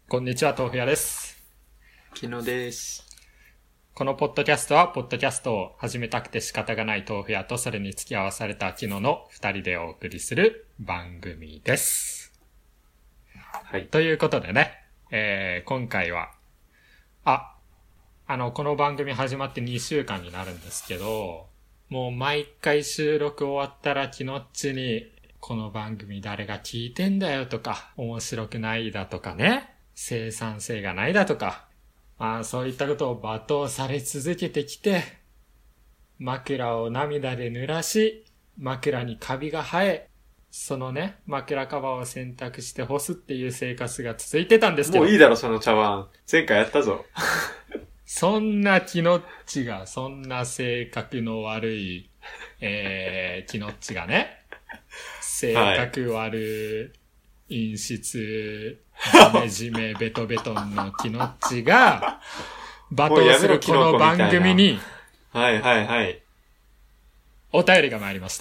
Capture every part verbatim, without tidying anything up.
こんにちは、豆腐屋です。 木野です。 このポッドキャストは、ポッドキャストを始めたくて仕方がない豆腐屋とそれに付き合わされた木野の二人でお送りする番組です。 はい。 ということでね、えー、今回は、あ、あの、この番組始まってにしゅうかんになるんですけど、もう毎回収録終わったら木野っちに、この番組誰が聞いてんだよとか、面白くないだとかね、生産性がないだとか、まあそういったことを罵倒され続けてきて、枕を涙で濡らし、枕にカビが生え、そのね、枕カバーを選択して干すっていう生活が続いてたんですけど。 もういいだろ、その茶碗。前回やったぞ。 そんな木のっちが、そんな性格の悪い、えー、木のっちがね、性格悪い、陰湿、ジメジメベトベトンの木のっちが、罵倒するこの番組に、 はいはいはい。 お便りが参りました。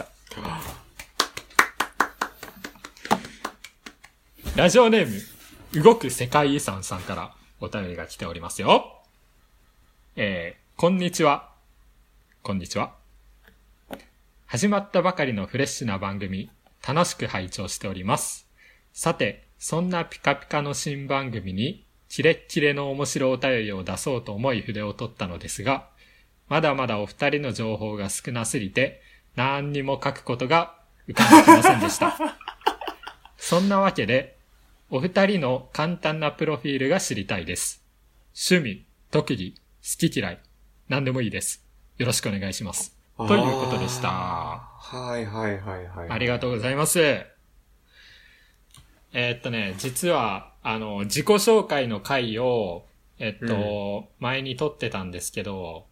ラジオネーム、動く世界遺産さんからお便りが来ておりますよ。えー、こんにちは。こんにちは。始まったばかりのフレッシュな番組、楽しく拝聴しております。さて、そんなピカピカの新番組に、キレッキレの面白お便りを出そうと思い筆を取ったのですが、まだまだお二人の情報が少なすぎて、何にも書くことが浮かんできませんでした。そんなわけで、お二人の簡単なプロフィールが知りたいです。趣味、特技、好き嫌い、何でもいいです。よろしくお願いします。ということでした。 はいはいはいはい。 ありがとうございます。えー、っとね、実は、あの、自己紹介の回を、えっと、うん、前に撮ってたんですけど、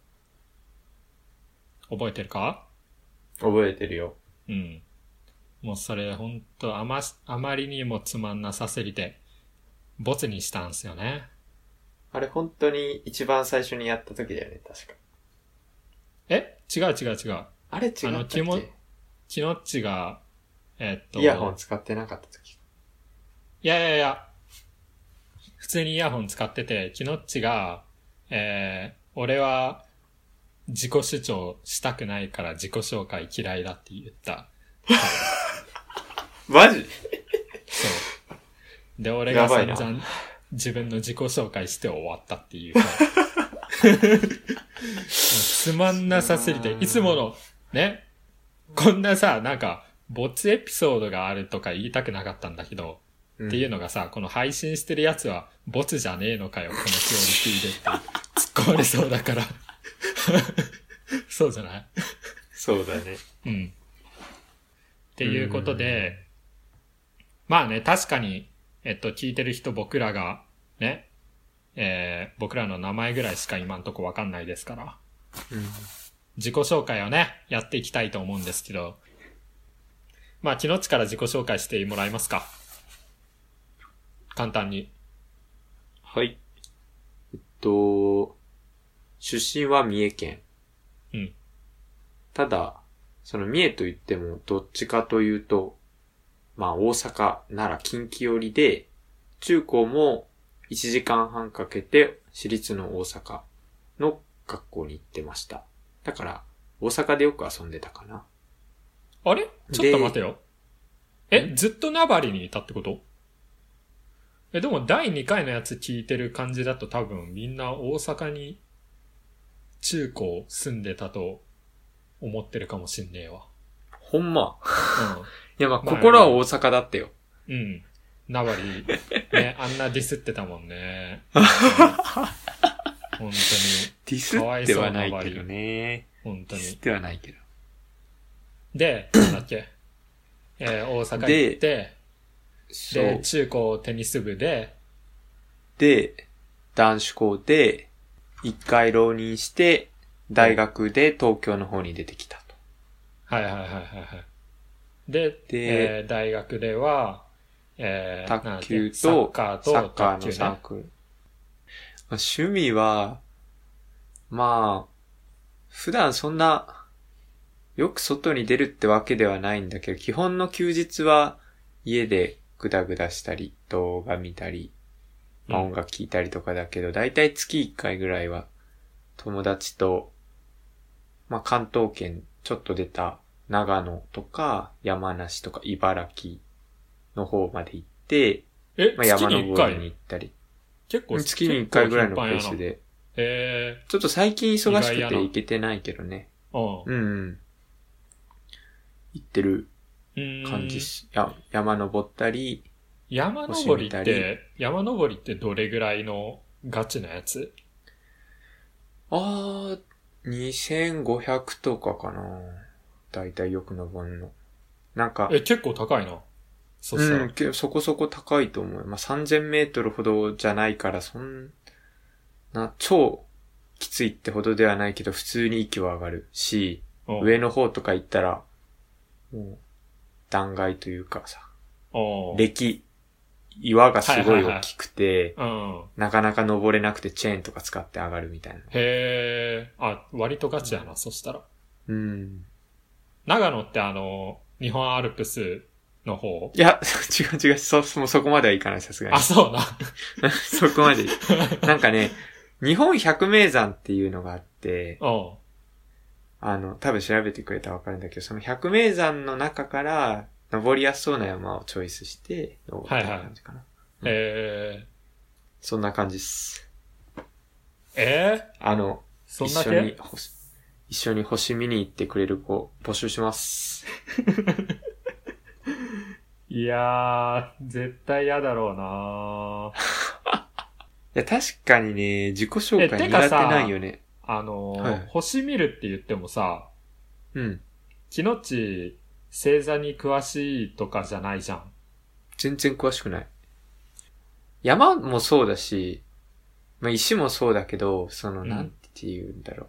覚えてるか？ 覚えてるよ。 うん。もうそれほんとあま、あまりにもつまんなさすぎて、ボツにしたんすよね。 あれ本当に一番最初にやった時だよね、確か。 え？違う違う違う。 あれ違ったっけ？あの、キモ、 キノッチが、えっと。 イヤホン使ってなかった時。 いやいやいや、普通にイヤホン使ってて、キノッチが、えー、俺は自己主張したくないから自己紹介嫌いだって言った。 マジ？ そう。で、俺が散々自分の自己紹介して終わったっていう。つまんなさすぎて、いつもの、ね、こんなさ、なんか、ボツエピソードがあるとか言いたくなかったんだけど、うん、っていうのがさ、この配信してるやつは、ボツじゃねえのかよ、このクオリティでって突っ込まれそうだから。そうじゃない？ そうだね。 うん。っていうことで、まあね、確かに、えっと、聞いてる人僕らが、ね、えー、僕らの名前ぐらいしか今んとこわかんないですから、うん、自己紹介をね、やっていきたいと思うんですけど、まあ、木のっちから自己紹介してもらえますか？簡単に。 はい。えっと、出身は三重県。 うん。 ただ、その三重といっても、どっちかというと、まあ大阪、奈良、近畿寄りで、中高もいちじかんはんかけて私立の大阪の学校に行ってました。だから、大阪でよく遊んでたかな。 あれ？ちょっと待てよ。え、ずっと名張にいたってこと？え、でもだいにかいのやつ聞いてる感じだと多分みんな大阪に中高住んでたと思ってるかもしんねえわ。 ほんま。 うん。 いやまあ、心は大阪だったよ。 うん。名張、ね、あんなディスってたもんね。本当に。 ディスってはないけどね。 本当に。 ディスってはないけど。 で、なんだっけ。えー、大阪行って、で、で中高テニス部で、 で、男子校で、一回浪人して、大学で東京の方に出てきたと。 はいはいはいはいはい。で、でえー、大学では、えー、卓球と、サッカーと、サッカーのサークル。まあ、趣味は、まあ、普段そんな、よく外に出るってわけではないんだけど、基本の休日は家でグダグダしたり、動画見たり、 まあ音楽聴いたりとかだけど、だいたい月いっかいぐらいは友達と、まあ関東圏ちょっと出た長野とか山梨とか茨城の方まで行って、 え、 まあ、山登りに行ったり。 結構月にいっかいぐらいのペースで。 へちょっと最近忙しくて行けてないけどね。 うん。 うんうん。行ってる感じし、や山登ったり。 山登りって、山登りってどれぐらいのガチなやつ？ あー、にせんごひゃくとかかな。だいたいよく登るの。なんか。 え、結構高いな。そしたら。 うん、そこそこ高いと思う。まあ、さんぜんメートルほどじゃないから、そんな、超きついってほどではないけど、普通に息は上がるし、上の方とか行ったら、もう、断崖というかさ、歴、岩がすごい大きくて、 はいはいはい、うん、 なかなか登れなくてチェーンとか使って上がるみたいな。 へー。あ、割とガチやな、うん、そしたら。 うん。 長野ってあの、日本アルプスの方？ いや、違う違う、そ、もうそこまではいかない、さすがに。 あ、そうな。 そこまで。なんかね、日本百名山っていうのがあって、あの、多分調べてくれたらわかるんだけど、その百名山の中から、登りやすそうな山をチョイスして、登った感じかな。 はいはい。へ、うん、ー。 そんな感じっす。 えー、 あの、 そんだけ？ 一緒に、一緒に星見に行ってくれる子、募集します。 いやー、絶対嫌だろうないや、確かにね、自己紹介苦手ないよね。 あのーはい、星見るって言ってもさ、 うん。 木の地、星座に詳しいとかじゃないじゃん。 全然詳しくない。山もそうだし、まあ、石もそうだけど、その、うん、なんて言うんだろう。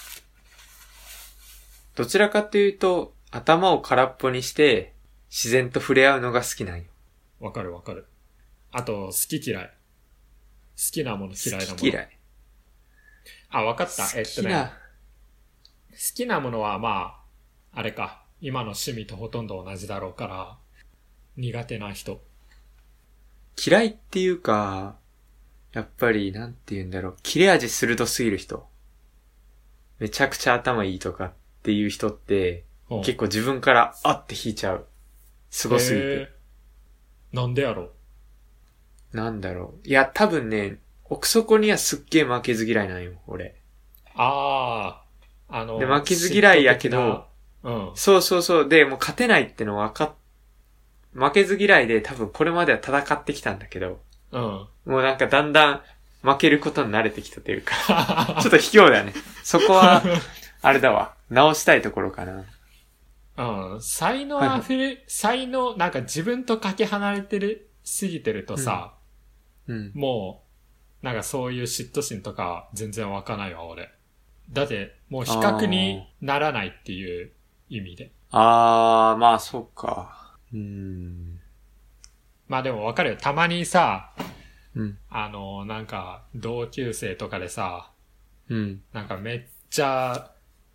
どちらかというと、頭を空っぽにして、自然と触れ合うのが好きなんよ。 わかるわかる。あと、好き嫌い。好きなもの嫌いなもの。 好き嫌い。 あ、わかった。えっとね。好きなものはまあ、あれか。今の趣味とほとんど同じだろうから、苦手な人。 嫌いっていうか、やっぱり、なんて言うんだろう。切れ味鋭すぎる人。めちゃくちゃ頭いいとかっていう人って、結構自分からあって引いちゃう。すごすぎて。 なんでやろうなんだろう。いや、多分ね、奥底にはすっげえ負けず嫌いなんよ、俺。 ああ、あの、 で、負けず嫌いやけど、 うん、 そうそうそう。で、もう勝てないっての分かっ、負けず嫌いで多分これまでは戦ってきたんだけど、 うん、 もうなんかだんだん負けることに慣れてきたというか、ちょっと卑怯だね。そこは、あれだわ。直したいところかな。 うん。才能あふれ、はい、才能、なんか自分とかけ離れてる、すぎてるとさ、 うん。うん、 もう、なんかそういう嫉妬心とか全然湧かないわ、俺。だって、もう比較にならないっていう意味で。 あー、まあそっか。うーん。 まあでもわかるよ。たまにさ、 うん。 あの、なんか、同級生とかでさ、 うん。 なんかめっちゃ、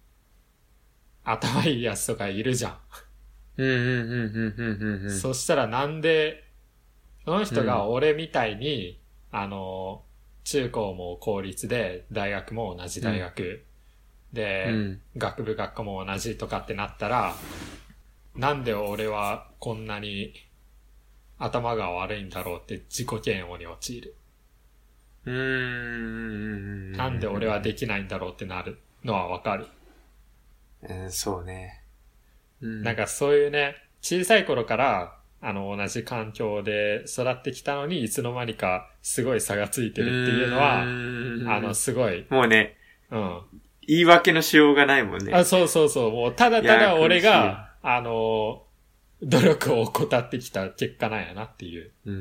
頭いいやつとかいるじゃん。 うんうんうんうんうんうん。 そしたらなんで、その人が俺みたいに、うん、あの、中高も公立で、大学も同じ大学、うん、で、うん、学部学科も同じとかってなったら、なんで俺はこんなに頭が悪いんだろうって自己嫌悪に陥る。 うーん。 なんで俺はできないんだろうってなるのはわかる。 うん、そうね、 うん。なんかそういうね、小さい頃から、あの、同じ環境で育ってきたのに、いつの間にかすごい差がついてるっていうのは、あの、すごい。 もうね、 うん。 言い訳のしようがないもんね。 あ、そうそうそう。もう、ただただ俺が、あの、努力を怠ってきた結果なんやなっていう。 うん。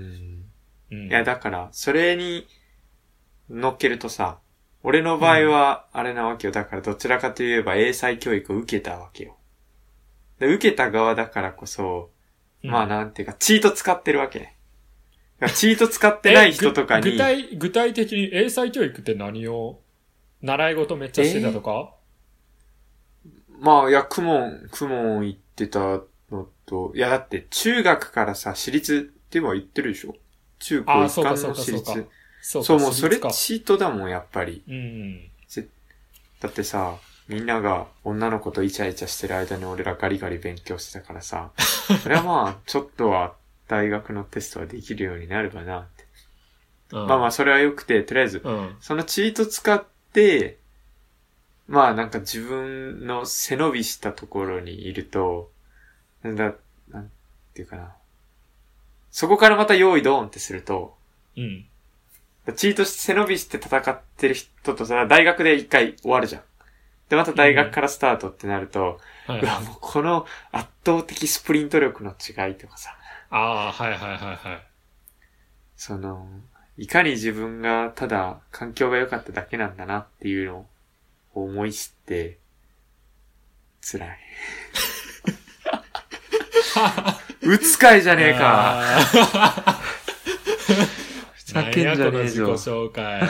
うん、いや、だから、それに乗っけるとさ、俺の場合は、あれなわけよ。だから、どちらかといえば、英才教育を受けたわけよ。で、受けた側だからこそ、うん、まあ、なんていうか、チート使ってるわけね。チート使ってない人とかに。 具体、具体的に英才教育って何を、習い事めっちゃしてたとか、 えー、まあ、いや、クモン、クモン行ってたのと、いや、だって、中学からさ、私立っては言ってるでしょ？中高一貫の私立。 そうか、 そう、もうそれ私立かチートだもん、やっぱり。 うん。 だってさ、みんなが女の子とイチャイチャしてる間に俺らガリガリ勉強してたからさ、それはまあ、ちょっとは大学のテストはできるようになればなって。 うん、 まあまあ、それは良くて、とりあえず、 うん。 そのチート使って、まあなんか自分の背伸びしたところにいると、なんだ、なんていうかな。そこからまた用意ドーンってすると、 うん。 チートして背伸びして戦ってる人とさ、大学で一回終わるじゃん。で、また大学からスタートってなると、 うん、はい、 うわ、もうこの圧倒的スプリント力の違いとかさ。 ああ、はいはいはいはい。 その、いかに自分がただ環境が良かっただけなんだなっていうのを思い知って、辛い。うつかいじゃねえか。ふざけんじゃねえぞ。 何やこの自己紹介。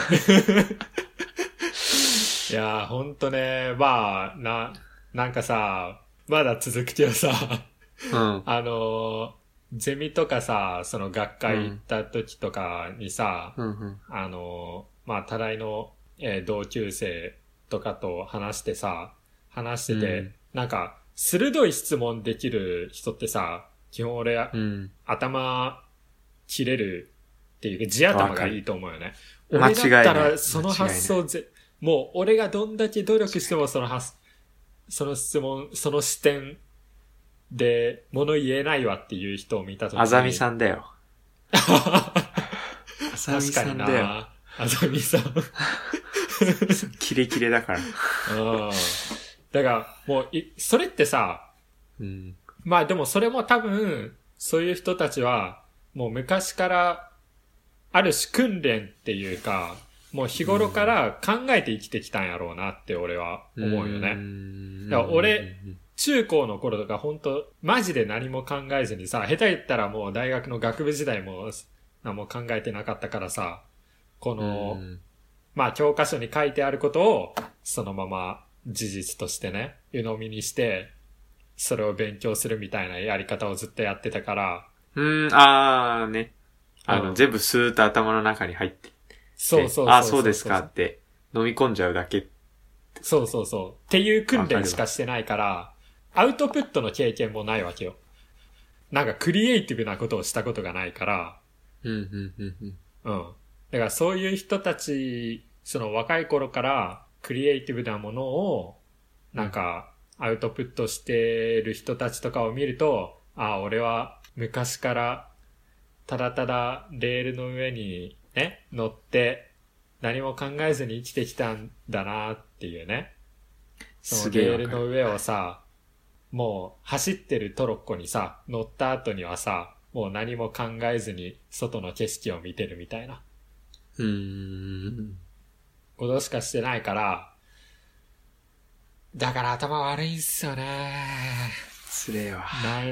いやー、ほんとね、まあ、な、なんかさ、まだ続くけどさ、 うん、 あのー、ゼミとかさ、その学会行った時とかにさ、 うんうん、 あのー、まあ、多大の、えー同級生とかと話してさ、話してて、 うん、 なんか、鋭い質問できる人ってさ、基本俺、 うん、 頭切れるっていうか、地頭がいいと思うよね。 間違いない。 俺だったらその発想ぜ、もう俺がどんだけ努力してもその発、その質問、その視点で物言えないわっていう人を見たときに。 あざみさんだよ。あざみ確かにさんだよ。 な。あざみさん。 キレキレだから。 うん。だから、もうい、それってさ、 うん、 まあでもそれも多分、そういう人たちは、もう昔からある種訓練っていうか、もう日頃から考えて生きてきたんやろうなって俺は思うよね。だから俺、中高の頃とか本当マジで何も考えずにさ、下手言ったらもう大学の学部時代も何も考えてなかったからさ、この、まあ教科書に書いてあることをそのまま事実としてね、鵜呑みにして、それを勉強するみたいなやり方をずっとやってたから、 うーん、あーね。あの、 うん、 全部スーッと頭の中に入って。 そうそうそうそう。 あ、そうですかって飲み込んじゃうだけ。 そうそうそう。っていう訓練しかしてないから、アウトプットの経験もないわけよ。なんかクリエイティブなことをしたことがないから、 うん、うん、うん、うん。 うん。だからそういう人たち、その若い頃からクリエイティブなものを、なんかアウトプットしてる人たちとかを見ると、ああ、俺は昔からただただレールの上にね、乗って何も考えずに生きてきたんだなっていうね。そのレールの上をさ、もう走ってるトロッコにさ、乗った後にはさ、もう何も考えずに外の景色を見てるみたいな。 うーん。 ことしかしてないから、だから頭悪いんすよね。 つれえわ。 ない。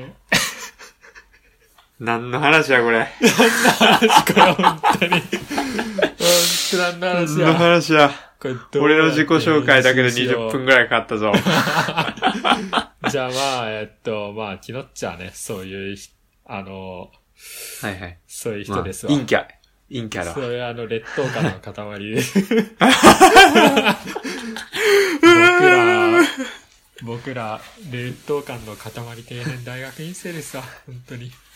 何の話やこれ。 何の話これ本当に。本当何の話や。 何の話や。 これどう俺の自己紹介だけでにじゅっぷんぐらいかかったぞ。 じゃあまあ、えっと、まあ、キノッチはね、そういう、あの、 はいはい。 そういう人ですわ。 まあ、陰キャ。陰キャだわ。 そういうあの、劣等感の塊で。僕ら、僕ら、劣等感の塊定年大学院生ですわ。本当に。